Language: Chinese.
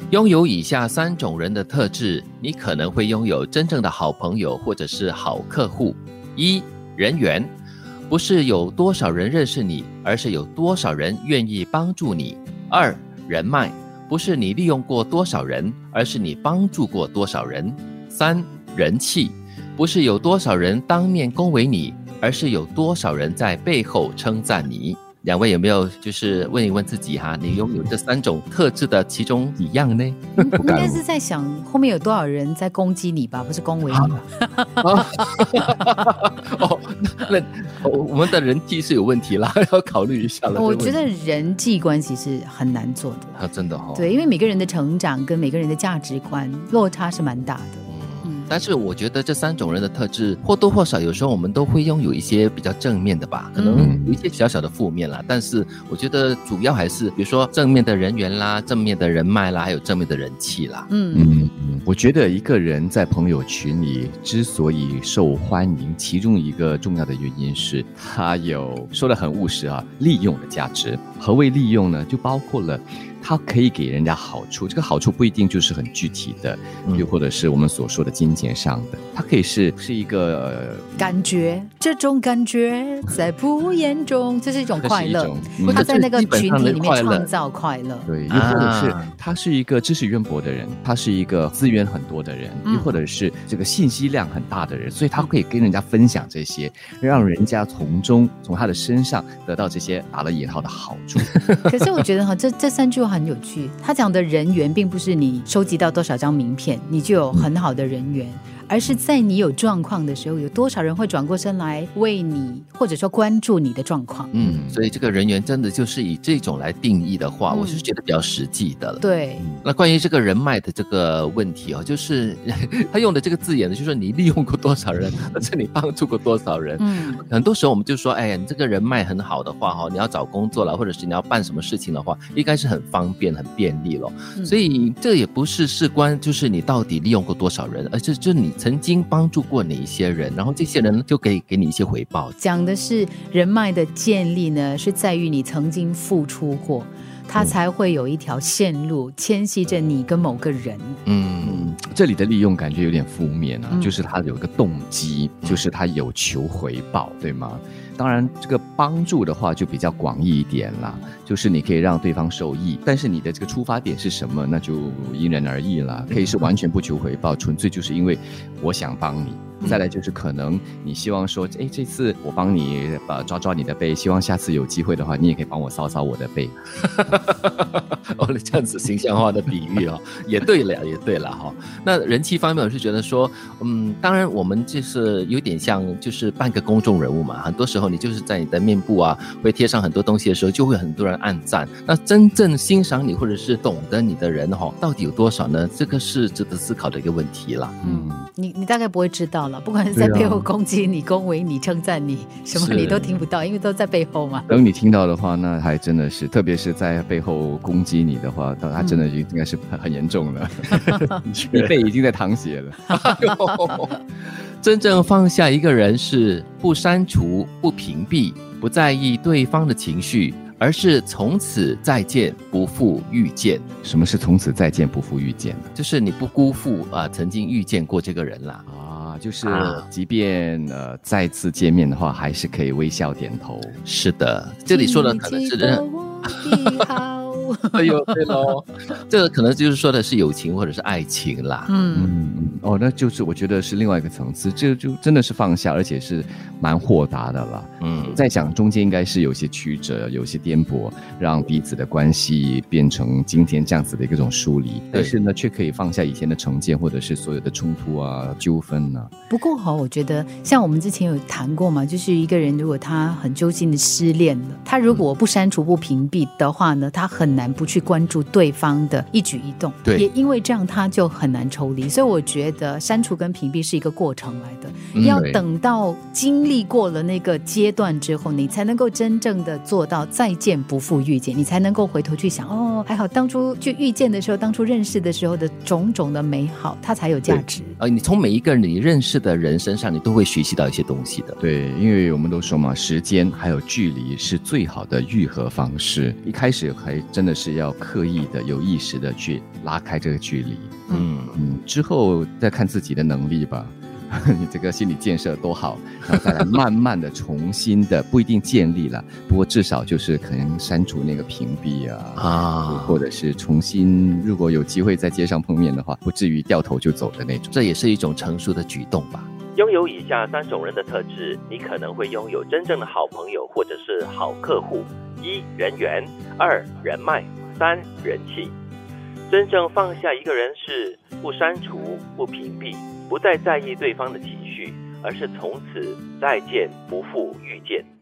拥有以下3种人的特质，你可能会拥有真正的好朋友或者是好客户。1. 人缘，不是有多少人认识你，而是有多少人愿意帮助你。2. 人脉，不是你利用过多少人，而是你帮助过多少人。3. 人气，不是有多少人当面恭维你，而是有多少人在背后称赞你。两位有没有就是问一问自己哈，你拥有这3种特质的其中一样呢？ 应该是在想后面有多少人在攻击你吧，不是恭维你吧？ 我们的人际是有问题啦，要考虑一下了。 我觉得人际关系是很难做的真的对，因为每个人的成长跟每个人的价值观落差是蛮大的。 但是我觉得这3种人的特质或多或少有时候我们都会拥有一些比较正面的吧，可能有一些小小的负面啦，但是我觉得主要还是比如说正面的人缘啦，正面的人脉啦，还有正面的人气啦。 我觉得一个人在朋友群里之所以受欢迎，其中一个重要的原因是他有说得很务实啊，利用的价值。何谓利用呢？就包括了它可以给人家好处，这个好处不一定就是很具体的，又或者是我们所说的金钱上的，它可以是一个感觉，这种感觉在不言中，这是一种快乐，他在那个群体里面创造快乐。 对，又或者是他是一个知识渊博的人，他是一个资源很多的人，又或者是这个信息量很大的人，所以他可以跟人家分享这些，让人家从他的身上得到这些打了引号的好处。 可是我觉得这3句话很有趣，他讲的人缘并不是你收集到多少张名片你就有很好的人缘，而是在你有状况的时候，有多少人会转过身来为你，或者说关注你的状况。 所以这个人缘真的就是以这种来定义的话，我是觉得比较实际的了。 对， 那关于这个人脉的这个问题就是他用的这个字眼呢，就是说你利用过多少人，而且你帮助过多少人。很多时候我们就说，哎呀，你这个人脉很好的话，你要找工作了，或者是你要办什么事情的话，应该是很方便、很便利了。所以这也不是事关就是你到底利用过多少人，而是就是你曾经帮助过哪一些人，然后这些人就可以给你一些回报。 讲的是人脉的建立呢，是在于你曾经付出过，它才会有一条线路牵系着你跟某个人。 这里的利用感觉有点负面啊，就是他有一个动机，就是他有求回报，对吗？当然这个帮助的话就比较广义一点啦，就是你可以让对方受益，但是你的这个出发点是什么，那就因人而异啦。可以是完全不求回报，纯粹就是因为我想帮你。再来就是可能你希望说，这次我帮你抓你的背，希望下次有机会的话你也可以帮我搔搔我的背。 这样子形象化的比喻也对了那人气方面我是觉得说当然我们就是有点像就是半个公众人物嘛，很多时候你就是在你的面部会贴上很多东西的时候，就会很多人按赞。那真正欣赏你或者是懂得你的人到底有多少呢？这个是值得思考的一个问题啦。 你大概不会知道了，不管是在背后攻击你、恭维你、称赞你，什么你都听不到，因为都在背后嘛。 等你听到的话，那还真的是，特别是在背后攻击你的话，他真的应该是很严重了，你背已经在淌血了。 真正放下一个人是不删除、不屏蔽、不在意对方的情绪，而是从此再见不复遇见。 什么是从此再见不复遇见？ 就是你不辜负曾经遇见过这个人啦。 就是即便再次见面的话，还是可以微笑点头。 是的，这里说的可能是对咯，这个可能就是说的是友情或者是爱情啦。 那就是我觉得是另外一个层次，这就真的是放下，而且是蛮豁达的了。在想中间应该是有些曲折，有些颠簸，让彼此的关系变成今天这样子的一种疏离，但是呢却可以放下以前的成见，或者是所有的冲突纠纷。 不过我觉得像我们之前有谈过嘛，就是一个人如果他很揪心的失恋了，他如果不删除不屏蔽的话呢，他很难不去关注对方的一举一动。也因为这样他就很难抽离。所以我觉得删除跟屏蔽是一个过程来的，要等到经历过了那个阶段之后，你才能够真正的做到再见不复遇见，你才能够回头去想哦，还好当初去遇见的时候，当初认识的时候的种种的美好，它才有价值。 你从每一个你认识的人身上，你都会学习到一些东西的。 对，因为我们都说嘛，时间还有距离是最好的愈合方式。一开始还真的是要刻意的、有意识的去拉开这个距离。之后再看自己的能力吧。你这个心理建设多好，然后再来慢慢的重新的，不一定建立了，不过至少就是可能删除那个屏蔽或者是重新，如果有机会在街上碰面的话，不至于掉头就走的那种。 这也是一种成熟的举动吧。拥有以下3种人的特质，你可能会拥有真正的好朋友或者是好客户： 1. 人缘， 2. 人脉， 3. 人气。真正放下一个人是不删除、不屏蔽，不再在意对方的情绪，而是从此再见不复遇见。